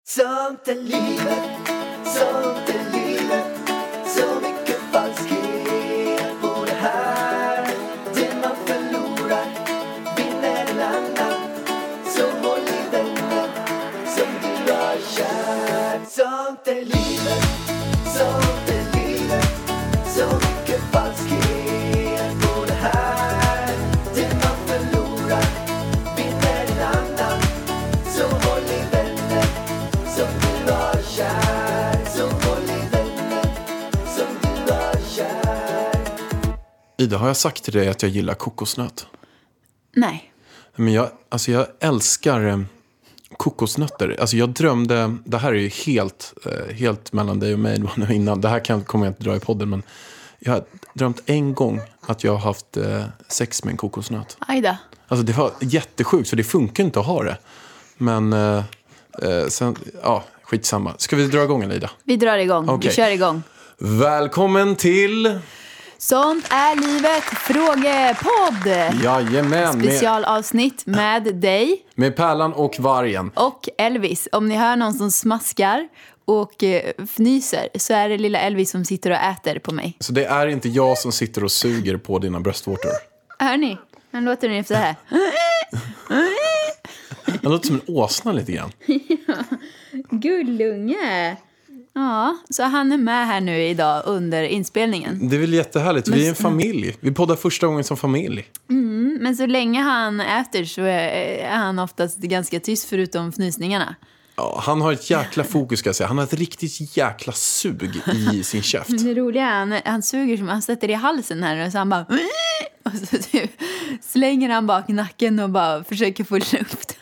Sånt är livet, sånt är livet. Så mycket falskhet på det här. Det man förlorar vinner en annan. Så håll i vännen som du har kär. Sånt är livet, sånt är livet. Så mycket falskhet på det här. Det man förlorar vinner en annan. Så håll i vännen som du har kär. Så håll i vännen som du har kär. Ida, har jag sagt till dig att jag gillar kokosnöt? Nej. Men jag älskar kokosnötter. Alltså jag drömde, det här är ju helt mellan dig och mig innan. Det här kommer jag inte dra i podden, men jag har drömt en gång att jag har haft sex med en kokosnöt. Ajda. Alltså det var jättesjukt, så det funkar inte att ha det. Men sen, ja, skitsamma. Ska vi dra igång, Ida? Vi drar igång. Okej. Vi kör igång. Välkommen till... Sånt är livet, frågepodd. Jajamän, Specialavsnitt med dig med Pärlan och Vargen. och Elvis. Om ni hör någon som smaskar och fnyser så är det lilla Elvis som sitter och äter på mig. Så det är inte jag som sitter och suger på dina bröstvårtor. Hör ni? Han låter ungefär så här. Det låter som en åsna lite grann. Gullunge. Ja, så han är med här nu idag under inspelningen. Det är väl jättehärligt. Vi är en familj. Vi poddar första gången som familj. Men så länge han äter så är han oftast ganska tyst förutom fnysningarna. Ja, han har ett jäkla fokus, ska jag säga. Han har ett riktigt jäkla sug i sin käft. Det roliga är han suger som han sätter i halsen här och så han bara och så typ slänger han bak nacken och bara försöker få luft.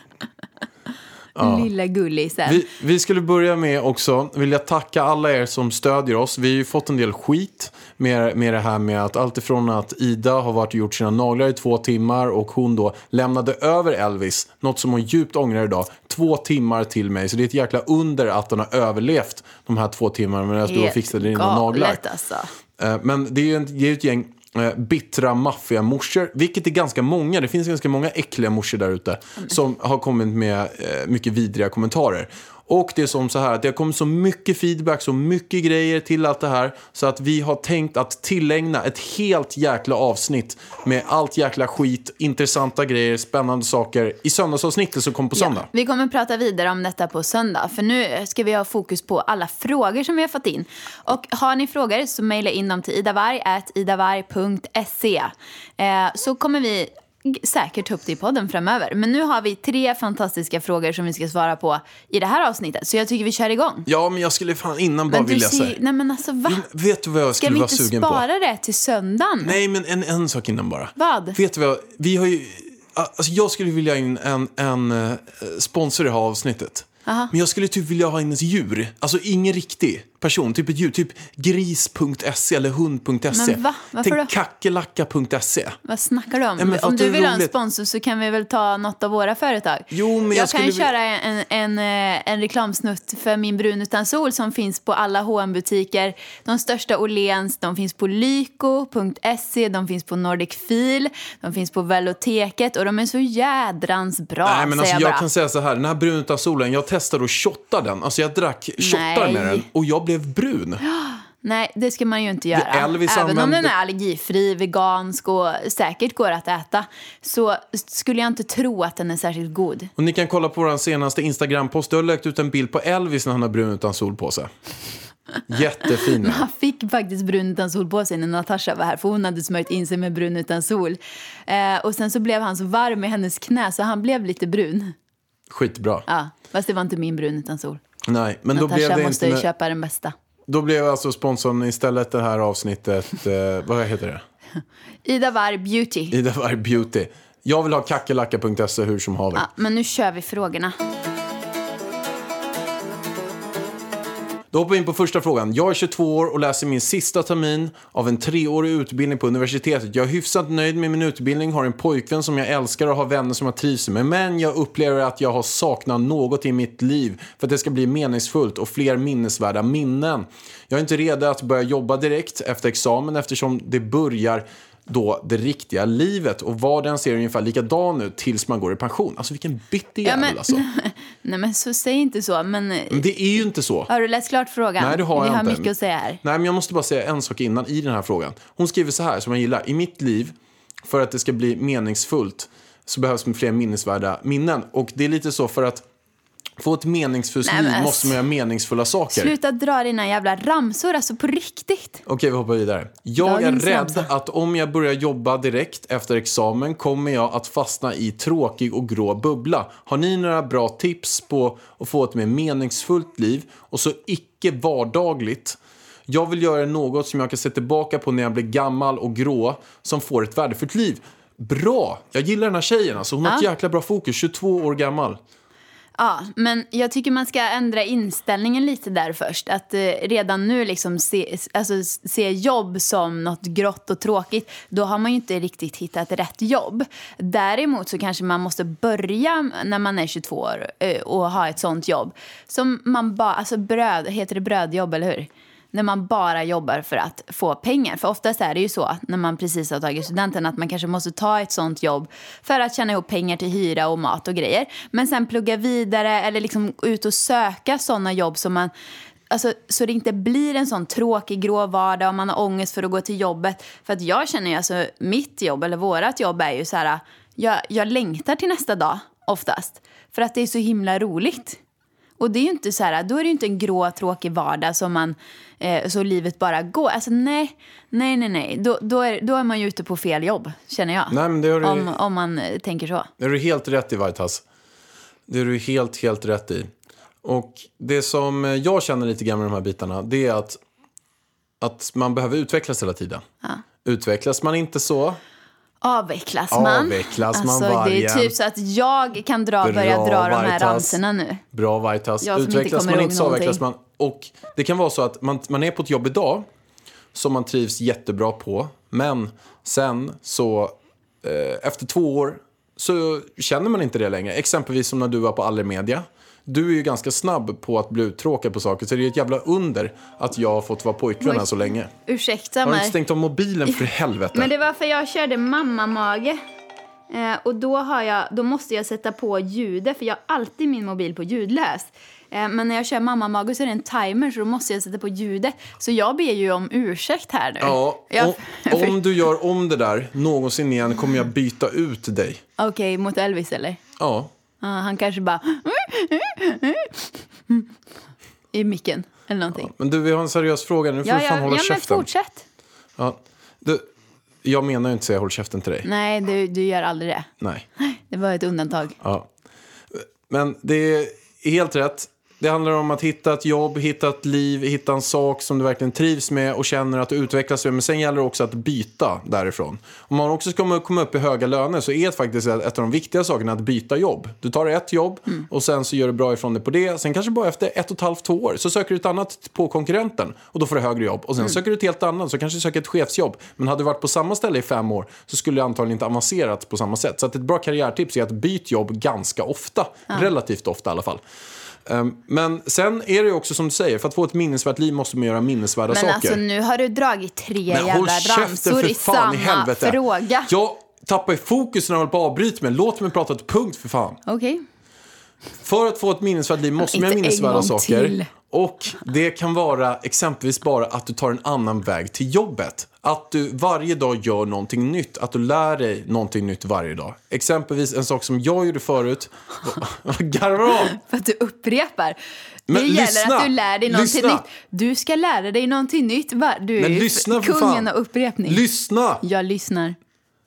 Ja. Lilla gullis. Vi skulle börja med också, vill jag tacka alla er som stödjer oss. Vi har ju fått en del skit med det här med att allt ifrån att Ida har varit och gjort sina naglar i 2 timmar och hon då lämnade över Elvis, något som hon djupt ångrar idag, 2 timmar till mig. Så det är ett jäkla under att hon har överlevt de här 2 timmarna medan du fixade dina naglar. Alltså. Men det är ju ett gäng bittra maffiamorsor, vilket är ganska många. Det finns ganska många äckliga morsor där ute som har kommit med mycket vidriga kommentarer. Och det är som så här att det har kommit så mycket feedback, så mycket grejer till allt det här, så att vi har tänkt att tillägna ett helt jäkla avsnitt med allt jäkla skit, intressanta grejer, spännande saker i söndagsavsnittet som kom på söndag. Ja, vi kommer prata vidare om detta på söndag, för nu ska vi ha fokus på alla frågor som vi har fått in. Och har ni frågor så mejla in dem till idavarg@idavarg.se. Så kommer vi säkert ta upp det i podden framöver. Men nu har vi 3 fantastiska frågor som vi ska svara på i det här avsnittet. Så jag tycker vi kör igång. Ja, men jag skulle fan innan bara vilja säga. Nej, men alltså va? Vet du vad jag skulle vara sugen på? Ska vi inte spara det till söndagen? Nej, men en sak innan bara. Vad? Vet du vad? Vi har ju... Alltså jag skulle vilja ha in en sponsor i det här avsnittet. Aha. Men jag skulle typ vilja ha in ett djur. Alltså ingen riktig person. Typ ett djur. Typ gris.se eller hund.se. Men va? Varför Tänk då? kackerlacka.se. Vad snackar du om? Ja, men för om att du det är vill ha en roligt. sponsor så kan vi väl ta något av våra företag. Jo, men jag kan ju skulle köra en reklamsnutt för min brun utan sol som finns på alla H&M-butiker. De största Åhléns, de finns på lyko.se, de finns på Nordic Feel, de finns på Veloteket och de är så jädrans bra. Nej, men alltså jag bara. kan säga så här. Den här brun utan solen, jag testade att shotta den. Alltså jag drack shottar med den och jag blev brun. Nej, det ska man ju inte göra. Elvis Även om använde... den är allergifri, vegansk och säkert går att äta, så skulle jag inte tro att den är särskilt god. Och ni kan kolla på vår senaste Instagram-post. Du har lagt ut en bild på Elvis när han har brun utan sol på sig. Jättefin. Han fick faktiskt brun utan sol på sig när Natasha var här, för hon hade smörjt in sig med brun utan sol. Och sen så blev han så varm i hennes knä så han blev lite brun. Skitbra. Ja, fast det var inte min brun utan sol. Nej, men Natasha då blev det måste inte... ju köpa den bästa. Då blev alltså sponsorn istället det här avsnittet, vad heter det? Ida Varg Beauty. Ida Varg Beauty. Jag vill ha kackerlacka.se hur som haver. Ja, men nu kör vi frågorna. Då hoppar vi in på första frågan. Jag är 22 år och läser min sista termin av en 3-årig utbildning på universitetet. Jag är hyfsat nöjd med min utbildning, har en pojkvän som jag älskar och har vänner som jag trivs med. Men jag upplever att jag har saknat något i mitt liv för att det ska bli meningsfullt och fler minnesvärda minnen. Jag är inte redo att börja jobba direkt efter examen eftersom det börjar då det riktiga livet. Och vad den ser ungefär likadan ut tills man går i pension. Alltså vilken bitter jävel alltså. Nej men så säg inte så. Men det är ju inte så. Har du läst klart frågan? Nej, det har jag inte. Vi har mycket att säga här. Nej, men jag måste bara säga en sak innan i den här frågan. Hon skriver så här som jag gillar. I mitt liv, för att det ska bli meningsfullt, så behövs det fler minnesvärda minnen. Och det är lite så för att få ett meningsfullt liv måste man göra meningsfulla saker. Sluta dra dina jävla ramsor, alltså på riktigt. Okej, vi hoppar vidare. Jag är rädd att om jag börjar jobba direkt efter examen kommer jag att fastna i tråkig och grå bubbla. Har ni några bra tips på att få ett mer meningsfullt liv och så icke vardagligt? Jag vill göra något som jag kan se tillbaka på när jag blir gammal och grå som får ett värdefullt liv. Bra! Jag gillar den här tjejen. Alltså. Hon har ett jäkla bra fokus. 22 år gammal. Ja, men jag tycker man ska ändra inställningen lite där först. Att redan nu liksom se jobb som något grått och tråkigt. Då har man ju inte riktigt hittat rätt jobb. Däremot så kanske man måste börja när man är 22 år och ha ett sånt jobb. Som man bara, alltså heter det brödjobb eller hur? När man bara jobbar för att få pengar. För oftast är det ju så när man precis har tagit studenten att man kanske måste ta ett sånt jobb för att tjäna ihop pengar till hyra och mat och grejer. Men sen plugga vidare eller liksom ut och söka sådana jobb som man... Alltså, så det inte blir en sån tråkig grå vardag och man har ångest för att gå till jobbet. För att jag känner ju, alltså mitt jobb eller vårat jobb är ju så här... Jag längtar till nästa dag oftast. För att det är så himla roligt. Och det är ju inte så här, då är det ju inte en grå, tråkig vardag som man, så livet bara går. Alltså nej. Då är man ju ute på fel jobb, känner jag. Nej, men det du, om man tänker så. Det är du helt rätt i, Vaitas. Det är du helt rätt i. Och det som jag känner lite grann med de här bitarna, det är att man behöver utvecklas hela tiden. Ja. Utvecklas man inte så... Avvecklas man alltså, varje... Det är typ så att jag kan börja dra de här ramsorna nu. Bra, Vaitas. Utvecklas man inte så avvecklas man. Och det kan vara så att man är på ett jobb idag som man trivs jättebra på. Men sen så efter 2 år så känner man inte det längre. Exempelvis som när du var på Allermedia. Du är ju ganska snabb på att bli uttråkad på saker. Så det är ett jävla under att jag har fått vara pojkvän här så länge. Ursäkta mig. Har du inte stängt av mobilen för helvete? Men det var för jag körde mammamage. Och då måste jag sätta på ljudet. För jag har alltid min mobil på ljudlös. Men när jag kör mammamage så är det en timer. Så då måste jag sätta på ljudet. Så jag ber ju om ursäkt här nu. Ja, om du gör om det där någonsin igen kommer jag byta ut dig. Okej, mot Elvis eller? Ja. Han kanske bara... i micken eller någonting. Ja, men du, vi har en seriös fråga. Nu får du fan hålla käften. Men fortsätt. Ja, jag menar ju inte säga håll käften till dig. Nej, du gör aldrig det. Nej. Det var ett undantag. Ja. Men det är helt rätt. Det handlar om att hitta ett jobb, hitta ett liv, hitta en sak som du verkligen trivs med och känner att du utvecklas med. Men sen gäller det också att byta därifrån. Om man också ska komma upp i höga löner så är det faktiskt ett av de viktiga sakerna att byta jobb. Du tar ett jobb och sen så gör du bra ifrån det på det. Sen kanske bara efter 1,5-2 år så söker du ett annat på konkurrenten och då får du högre jobb. Och sen söker du ett helt annat så kanske du söker ett chefsjobb. Men hade du varit på samma ställe i 5 år så skulle du antagligen inte avancerat på samma sätt. Så att ett bra karriärtips är att byta jobb ganska ofta. Relativt ofta i alla fall. Men sen är det ju också som du säger, för att få ett minnesvärt liv måste man göra minnesvärda saker. Men alltså nu har du dragit 3 jävla ramsor i samma fråga. Jag tappar ju fokus när jag håller på att avbryta mig. Låt mig prata ett punkt för fan. Okej. För att få ett minnesvärt liv måste man göra minnesvärda saker. Till. Och det kan vara exempelvis bara att du tar en annan väg till jobbet. Att du varje dag gör någonting nytt. Att du lär dig någonting nytt varje dag. Exempelvis en sak som jag gjorde förut. Garvar av! För att du upprepar. Men det gäller att du lär dig någonting nytt. Du ska lära dig någonting nytt. Du är ju kungen av upprepning. Lyssna! Jag lyssnar.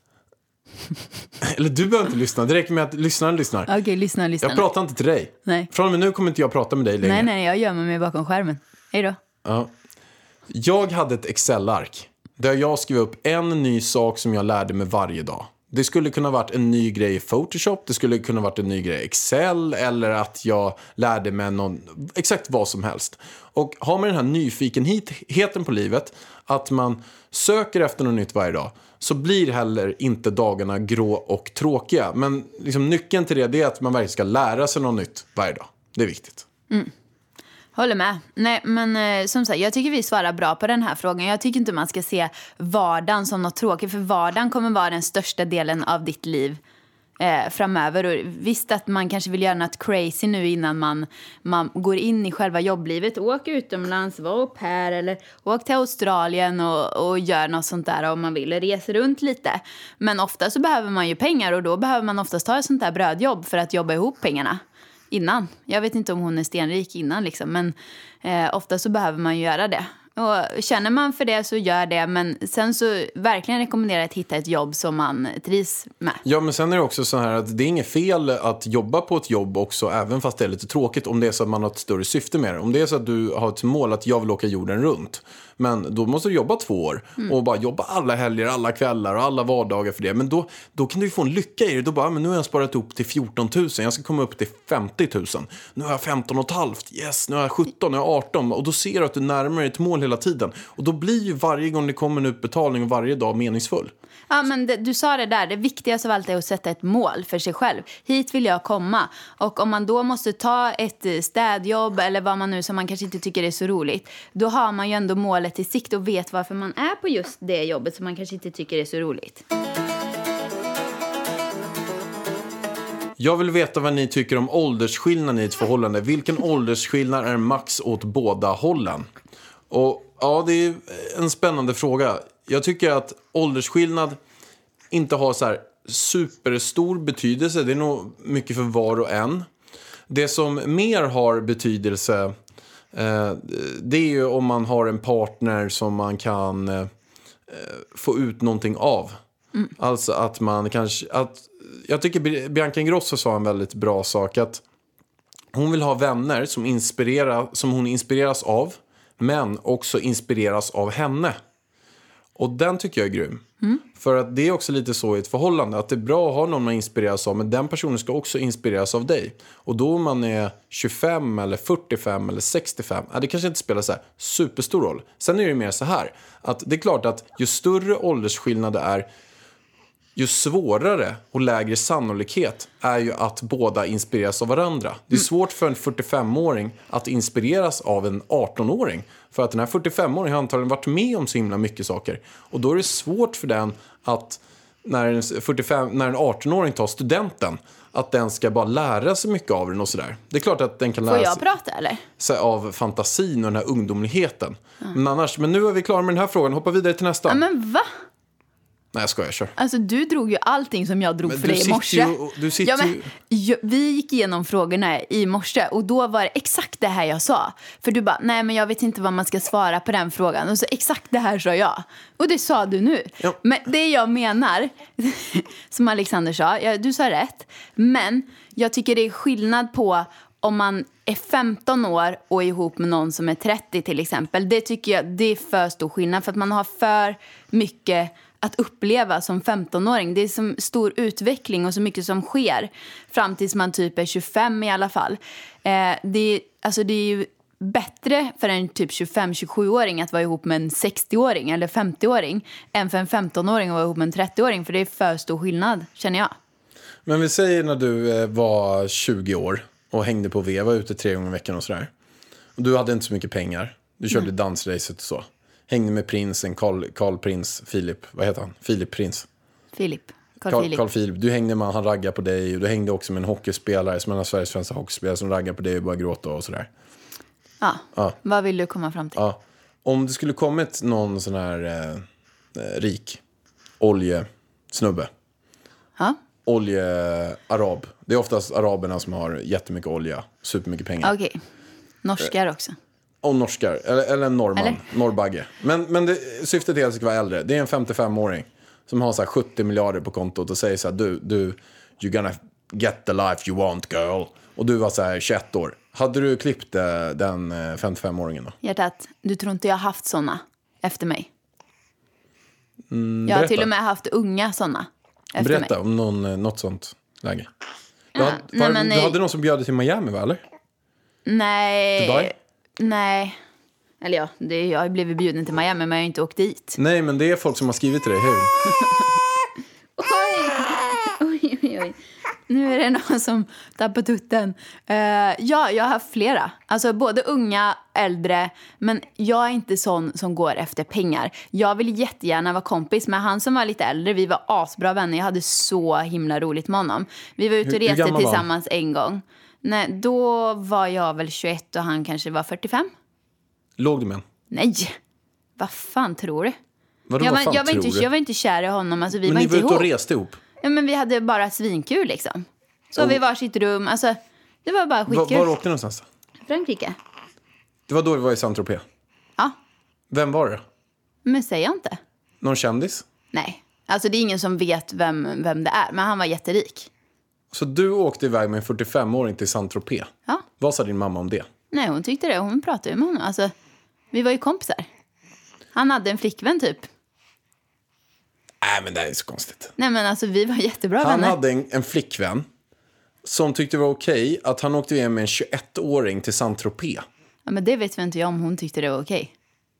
Eller du behöver inte lyssna. Det räcker med att lyssnaren lyssnar. Okej, lyssna. Jag pratar inte till dig. Nej. Från och med nu kommer inte jag prata med dig längre. Nej, jag gömmer mig bakom skärmen. Hej då. Ja. Jag hade ett Excel-ark där jag skrev upp en ny sak som jag lärde mig varje dag. Det skulle kunna varit en ny grej i Photoshop. Det skulle kunna varit en ny grej i Excel. Eller att jag lärde mig exakt vad som helst. Och har man den här nyfikenheten på livet, att man söker efter något nytt varje dag, så blir heller inte dagarna grå och tråkiga. Men liksom nyckeln till det är att man verkligen ska lära sig något nytt varje dag. Det är viktigt. Håller med. Nej, men som sagt, jag tycker vi svarar bra på den här frågan. Jag tycker inte man ska se vardagen som något tråkigt. För vardagen kommer vara den största delen av ditt liv framöver. Och visst att man kanske vill göra något crazy nu innan man går in i själva jobblivet. Åk utomlands, var au pair eller åk till Australien och gör något sånt där om man vill. Resa runt lite. Men ofta så behöver man ju pengar och då behöver man oftast ta ett sånt där brödjobb för att jobba ihop pengarna. Innan. Jag vet inte om hon är stenrik innan liksom, men ofta så behöver man ju göra det. Och känner man för det så gör det, men sen så verkligen rekommenderar jag att hitta ett jobb som man trivs med. Ja, men sen är det också så här att det är inget fel att jobba på ett jobb också, även fast det är lite tråkigt om det är så att man har ett större syfte med det. Om det är så att du har ett mål att jag vill åka jorden runt, men då måste du jobba 2 år och bara jobba alla helger, alla kvällar och alla vardagar för det. Men då kan du få en lycka i det. Då bara, men nu har jag sparat upp till 14 000, jag ska komma upp till 50 000. Nu har jag 15,5, yes, nu har jag 17, nu har jag 18. Och då ser du att du närmar dig ett mål hela tiden. Och då blir ju varje gång det kommer en utbetalning och varje dag meningsfull. Ja, men du sa det där, det viktigaste av allt är att sätta ett mål för sig själv. Hit vill jag komma. Och om man då måste ta ett städjobb eller vad man nu som man kanske inte tycker är så roligt, då har man ju ändå målet i sikt och vet varför man är på just det jobbet som man kanske inte tycker är så roligt. Jag vill veta vad ni tycker om åldersskillnaden i ett förhållande. Vilken åldersskillnad är max åt båda hållen? Och ja, det är en spännande fråga. Jag tycker att åldersskillnad inte har så här superstor betydelse. Det är nog mycket för var och en. Det som mer har betydelse, det är ju om man har en partner som man kan få ut någonting av. Alltså att man kanske... jag tycker Bianca Ingrosso sa en väldigt bra sak. Att hon vill ha vänner som hon inspireras av, men också inspireras av henne. Och den tycker jag är grym. För att det är också lite så i ett förhållande. Att det är bra att ha någon man inspireras av. Men den personen ska också inspireras av dig. Och då om man är 25 eller 45 eller 65. Det kanske inte spelar så här superstor roll. Sen är det mer så här. Att det är klart att ju större åldersskillnad det är, ju svårare och lägre sannolikhet är ju att båda inspireras av varandra. Det är svårt för en 45-åring att inspireras av en 18-åring. För att den här 45-åringen har antagligen varit med om så himla mycket saker. Och då är det svårt för den att när en 18-åring tar studenten, att den ska bara lära sig mycket av den och sådär. Det är klart att den kan lära sig. Får jag prata eller? Av fantasin och den här ungdomligheten. Men nu är vi klara med den här frågan. Hoppa vidare till nästa. Ja, men va? Nej, jag skojar, kör. Alltså du drog ju allting som jag drog men för dig i morse. Vi gick igenom frågorna i morse och då var det exakt det här jag sa. För du bara, nej men jag vet inte vad man ska svara på den frågan. Och så exakt det här sa jag. Och det sa du nu. Ja. Men det jag menar, som Alexander sa, du sa rätt. Men jag tycker det är skillnad på om man är 15 år och är ihop med någon som är 30 till exempel. Det tycker jag, det är för stor skillnad. För att man har för mycket att uppleva som 15-åring. Det är så stor utveckling och så mycket som sker fram tills man typ är 25 i alla fall. Det är ju bättre för en typ 25-27-åring att vara ihop med en 60-åring eller 50-åring än för en 15-åring att vara ihop med en 30-åring. För det är för stor skillnad, känner jag. Men vi säger när du var 20 år och hängde på V, var ute 3 gånger i veckan och sådär. Och du hade inte så mycket pengar. Du körde dansracet och så. Hängde med prinsen, Carl Prins, Philip. Vad heter han? Philip Prins. Carl Philip. Du hängde med han raggar på dig. Och du hängde också med en hockeyspelare som är en av Sveriges främsta hockeyspelare som raggar på dig och bara gråta och sådär. Ja. Vad vill du komma fram till? Ja. Om det skulle kommit någon sån här rik oljesnubbe. Ja. Oljearab. Det är oftast araberna som har jättemycket olja. Supermycket pengar. Okej. Norskar också. Och norskar. Eller en norrman. Eller? Norrbagge. Men syftet är att det ska vara äldre. Det är en 55-åring som har så här 70 miljarder på kontot och säger så här, du you're gonna get the life you want, girl. Och du var så här 21 år. Hade du klippt den 55-åringen då? Hjärtat, du tror inte jag har haft såna efter mig? Jag har berätta. till och med haft unga såna efter mig. Berätta om något sånt läge. Du nej, hade någon som bjöd dig till Miami, va, eller? Nej. Dubai? Nej. Eller ja, jag har blivit bjuden till Miami men jag har inte åkt dit. Nej, men det är folk som har skrivit till dig, hur? Oj. Nu är det någon som tappar tutten. Ja, jag har haft flera. Alltså både unga, äldre. Men jag är inte sån som går efter pengar. Jag vill jättegärna vara kompis med han som var lite äldre. Vi var asbra vänner. Jag hade så himla roligt med honom. Vi var ute och reste tillsammans en gång. Nej, då var jag väl 21 och han kanske var 45. Låg du med? Nej, vad fan tror du? Vadå, Jag var inte kär i honom. Alltså, vi men var ni inte var ute och ihop. reste ihop? Ja, men vi hade bara svinkul liksom. Så vi var i sitt rum. Alltså, det var bara skitkul. Var åkte ni någonstans? Frankrike. Det var då vi var i Saint-Tropez? Ja. Vem var det? Men säger jag inte. Någon kändis? Nej. Alltså det är ingen som vet vem det är. Men han var jätterik. Så du åkte iväg med en 45-åring till Saint-Tropez? Ja. Vad sa din mamma om det? Nej, hon tyckte det. Hon pratade med honom. Alltså, vi var ju kompisar. Han hade en flickvän typ. Nej, men det är så konstigt. Nej, men alltså vi var jättebra Han vänner. hade en flickvän som tyckte det var okej att han åkte iväg med en 21-åring till Saint-Tropez. Ja, men det vet vi inte jag om hon tyckte det var okej.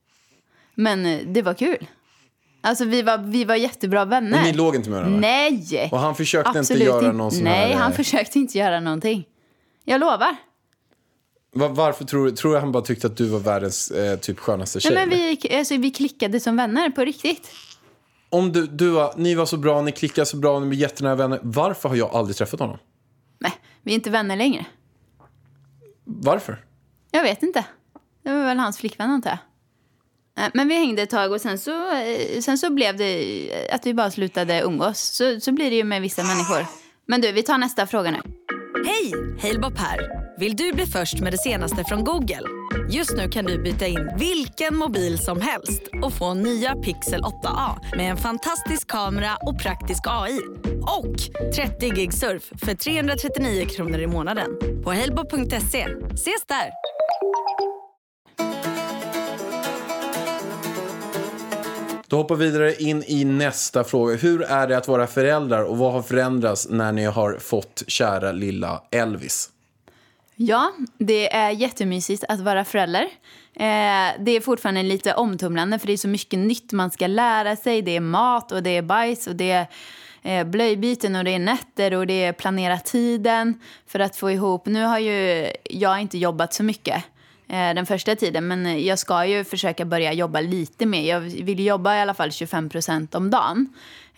Men det var kul. Alltså vi var jättebra vänner. Men ni låg inte med varandra? Nej. Och han försökte absolut inte göra någon sån här... Nej, han försökte inte göra någonting. Jag lovar. Varför tror jag han bara tyckte att du var världens typ skönaste tjej? Nej, men vi klickade som vänner på riktigt. Om ni var så bra, ni klickade så bra, ni blev jättenära vänner. Varför har jag aldrig träffat honom? Nej, vi är inte vänner längre. Varför? Jag vet inte. Det var väl hans flickvän antar jag. Men vi hängde ett tag och sen så blev det att vi bara slutade umgås. Så blir det ju med vissa människor. Men du, vi tar nästa fråga nu. Hej, Halebop här. Vill du bli först med det senaste från Google? Just nu kan du byta in vilken mobil som helst och få nya Pixel 8a med en fantastisk kamera och praktisk AI. Och 30 gig surf för 339 kronor i månaden på halebop.se. Ses där! Då hoppar vi vidare in i nästa fråga. Hur är det att vara föräldrar och vad har förändrats när ni har fått kära lilla Elvis? Ja, det är jättemysigt att vara förälder. Det är fortfarande lite omtumlande för det är så mycket nytt man ska lära sig. Det är mat och det är bajs och det är blöjbyten och det är nätter och det är planera tiden för att få ihop. Nu har ju jag inte jobbat så mycket den första tiden, men jag ska ju försöka börja jobba lite mer. Jag vill jobba i alla fall 25% om dagen.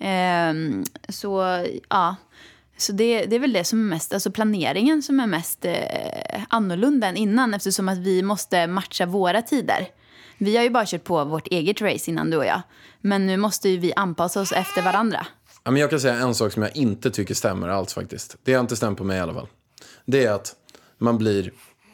Så ja, så det är väl det som är mest, alltså planeringen som är mest annorlunda än innan, eftersom att vi måste matcha våra tider. Vi har ju bara kört på vårt eget race innan, du och jag. Men nu måste ju vi anpassa oss efter varandra. Ja, men jag kan säga en sak som jag inte tycker stämmer alls faktiskt. Det har inte stämt på mig i alla fall. Det är att man blir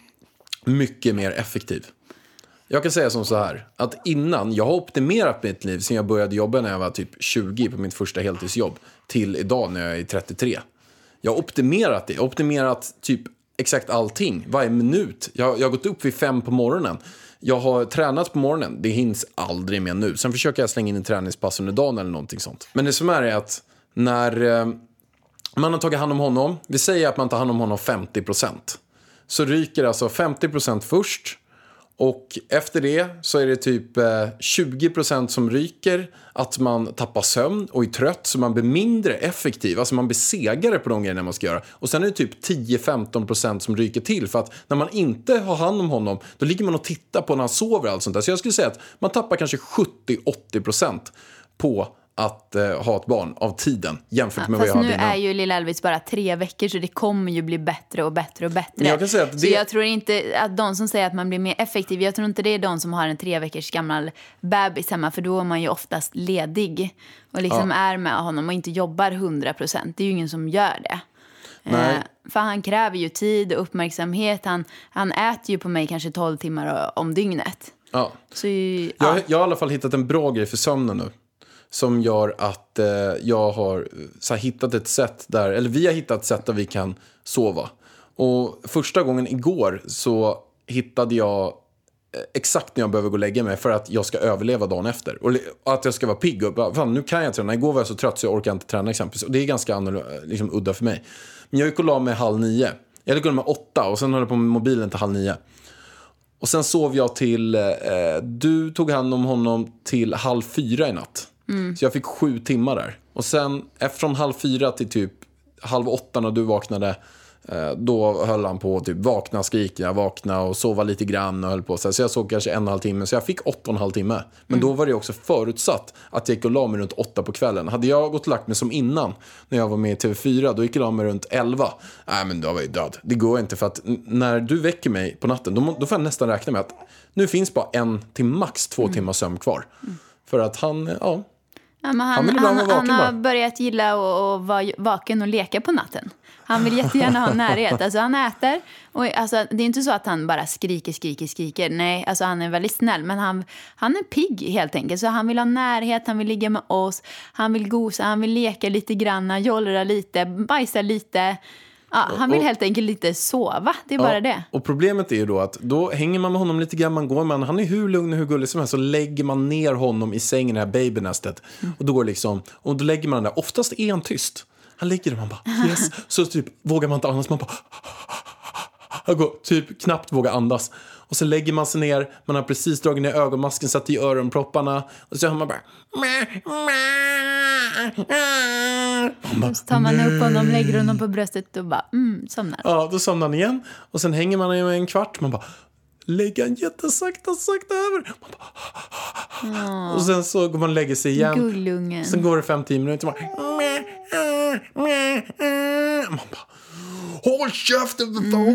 mycket mer effektiv. Jag kan säga som så här, att innan, jag har optimerat mitt liv sen jag började jobba när jag var typ 20 på mitt första heltidsjobb till idag när jag är 33. Jag har optimerat det, jag har optimerat typ exakt allting, varje minut. Jag har gått upp vid 5 på morgonen. Jag har tränat på morgonen, det hinns aldrig med nu. Sen försöker jag slänga in en träningspass under dagen eller någonting sånt. Men det som är att när man har tagit hand om honom, vi säger att man tar hand om honom 50%. Så ryker alltså 50% först. Och efter det så är det typ 20% som ryker. Att man tappar sömn och är trött så man blir mindre effektiv. Alltså man blir segare på de grejerna man ska göra. Och sen är det typ 10-15% som ryker till. För att när man inte har hand om honom, då ligger man och tittar på när han sover och allt sånt där. Så jag skulle säga att man tappar kanske 70-80% på att ha ett barn av tiden jämfört med vad jag hade innan. Fast nu är ju lilla Elvis bara 3 veckor så det kommer ju bli bättre och bättre och bättre. Men jag kan säga att Så jag tror inte att de som säger att man blir mer effektiv, jag tror inte det är de som har en 3 veckors gammal bebis hemma, för då är man ju oftast ledig och liksom är med honom och inte jobbar 100%. Det är ju ingen som gör det. Nej. För han kräver ju tid och uppmärksamhet. Han äter ju på mig kanske 12 timmar om dygnet. Ja. Så, Jag har i alla fall hittat en bra grej för sömnen nu. Som gör att jag har så här, hittat ett sätt där, eller vi har hittat ett sätt där vi kan sova. Och första gången igår så hittade jag exakt när jag behöver gå och lägga mig för att jag ska överleva dagen efter. Och att jag ska vara pigg. Och, fan, nu kan jag träna. Igår var jag så trött så jag orkar inte träna exempelvis. Och det är ganska liksom, udda för mig. Men jag gick och la mig 8:30. Jag gick och la mig 8 och sen höll jag på med mobilen till 8:30. Och sen sov jag till, du tog hand om honom till 3:30 i natt. Så jag fick 7 timmar där. Och sen från 3:30 till typ 7:30 när du vaknade. Då höll han på typ vakna, skrika, vakna och sova lite grann och höll på. Så jag såg kanske 1,5 timme, så jag fick 8,5 timme. Men då var det också förutsatt att jag gick och la mig runt 8 på kvällen. Hade jag gått och lagt mig som innan, när jag var med i TV4, då gick jag och la mig runt 11. Nej, men då var jag död. Det går inte, för att när du väcker mig på natten, då får jag nästan räkna med att nu finns bara 1 till max 2 timmar sömn kvar. För att han, Ja, men han har börjat gilla att vara vaken och leka på natten. Han vill jättegärna ha närhet. Alltså han äter. Och alltså, det är inte så att han bara skriker. Nej, alltså han är väldigt snäll. Men han är pigg helt enkelt. Så han vill ha närhet, han vill ligga med oss. Han vill gosa, han vill leka lite grann, jollra lite, bajsa lite. Ja, han vill helt enkelt lite sova. Det är bara det. Och problemet är ju då att då hänger man med honom lite grann, man går med honom. Han är hur lugn och hur gullig som helst. Så lägger man ner honom i sängen, det här babynästet. Och då går det liksom, och då lägger man den där. Oftast är han tyst. Han ligger där, man bara yes. Så typ vågar man inte andas, man bara jag går typ knappt våga andas. Och så lägger man sig ner, man har precis dragit ner ögonmasken, satt i öronpropparna, och så hör man bara så tar man upp honom, lägger honom på bröstet och bara somnar. Ja, då somnar han igen. Och sen hänger man i en kvart, man bara lägger han jättesakta över. Man bara, och sen så går man och lägger sig igen. Gullungen. Sen går det 5-10 minuter, man bara håll käften.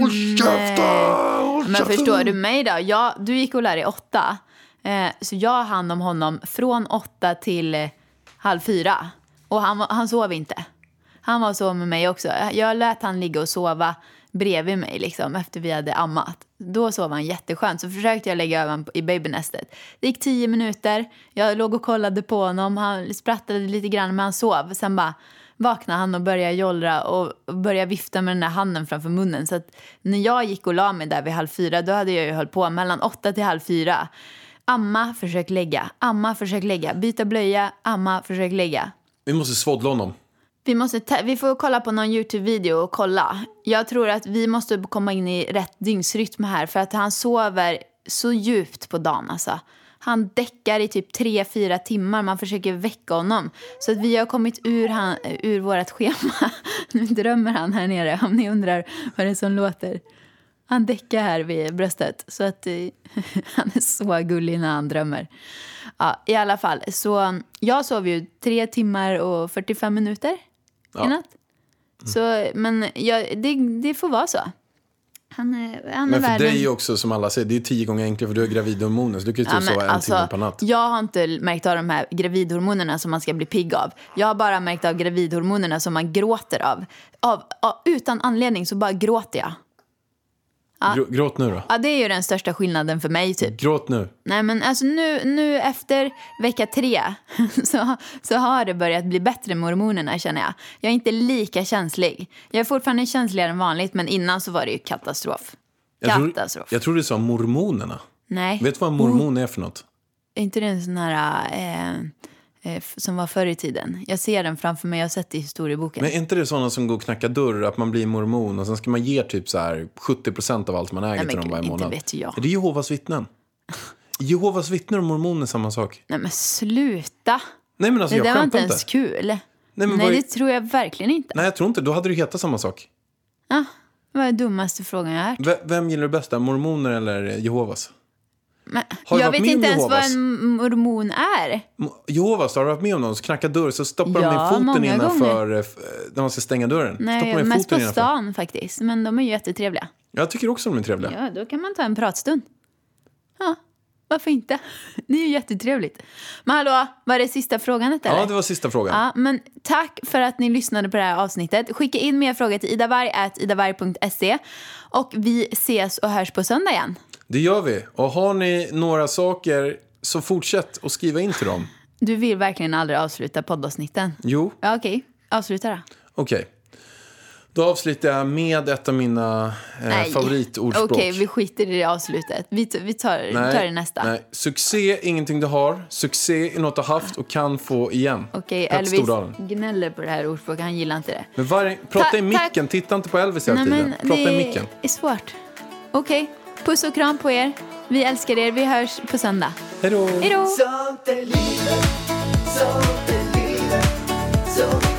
Men förstår du mig då? Du gick och lär dig 8. Så jag hand om honom från 8 till 3:30. Och han sov inte. Han var så med mig också. Jag lät han ligga och sova bredvid mig liksom, efter vi hade ammat. Då sov han jätteskönt. Så försökte jag lägga över i babynästet. Det gick 10 minuter. Jag låg och kollade på honom. Han sprattade lite grann, men han sov. Sen bara vaknade han och började jollra och började vifta med den där handen framför munnen. Så att när jag gick och la mig där vid 3:30, då hade jag ju hållit på mellan 8 till 3:30. Amma, försök lägga. Byta blöja, amma, försök lägga. Vi måste svodla honom. Vi får kolla på någon YouTube-video och kolla. Jag tror att vi måste komma in i rätt dygnsrytm här. För att han sover så djupt på dagen alltså. Han däckar i typ 3-4 timmar. Man försöker väcka honom. Så att vi har kommit ur vårt schema. Nu drömmer han här nere, om ni undrar vad det är som låter. Han däckar här vid bröstet. Så att han är så gullig när han drömmer. Ja, i alla fall. Så jag sov ju 3 timmar och 45 minuter i natt. Så, men det får vara så. Han är men för dig också, som alla säger, det är 10 gånger enklare, för du har gravidhormoner, så du kan ju sova 1 timme per natt. Jag har inte märkt av de här gravidhormonerna som man ska bli pigg av. Jag har bara märkt av gravidhormonerna som man gråter av. Utan anledning så bara gråter jag. Ja. Gråt nu då. Ja, det är ju den största skillnaden för mig typ. Gråt nu. Nej, men alltså nu efter vecka 3 så har det börjat bli bättre med hormonerna, känner jag. Jag är inte lika känslig. Jag är fortfarande känsligare än vanligt, men innan så var det ju katastrof. Jag tror du sa mormonerna. Nej. Vet du vad en mormon är för något? Är inte det en sån här som var förr i tiden? Jag ser den framför mig, jag har sett det i historieboken. Men är inte det sådana som går och knackar dörr, att man blir mormon och sen ska man ge typ så här 70% av allt man äger till dem varje månad? Inte vet jag. Är det Jehovas vittnen? Jehovas vittnen och mormoner är samma sak. Nej, men sluta. Nej, men alltså, jag var inte ens kul. Nej, det tror jag verkligen inte. Nej, jag tror inte. Då hade du hetat samma sak. Ja, det var den dummaste frågan jag har hört. Vem gillar du bäst? Mormoner eller Jehovas? Men, jag vet inte ens vad en mormon är. Jehovas, har du varit med om någon som knackar dörr, så stoppar de in foten innanför när man ska stänga dörren? Nej, mest på stan faktiskt. Men de är ju jättetrevliga. Jag tycker också de är trevliga. Ja, då kan man ta en pratstund. Ja, varför inte? Det är ju jättetrevligt. Men hallå, var det sista frågan eller? Ja, det var sista frågan. Ja, men tack för att ni lyssnade på det här avsnittet. Skicka in mer frågor till idavarg@idavarg.se. Och vi ses och hörs på söndag igen. Det gör vi. Och har ni några saker, så fortsätt att skriva in till dem. Du vill verkligen aldrig avsluta poddavsnitten. Jo. Ja, okej. Avsluta då. Okej. Då avslutar jag med ett av mina favoritordspråk. Okej, vi skiter i det avslutet. Vi tar det nästa. Nej. Succé är ingenting du har. Succé är något du har haft och kan få igen. Okej, Elvis gnäller på det här ordspråket. Han gillar inte det. Men prata i micken. Titta inte på Elvis hela tiden. Prata i micken. Det är svårt. Okej. Puss och kram på er. Vi älskar er. Vi hörs på söndag. Hej då. Sånt är livet, sånt är livet, sånt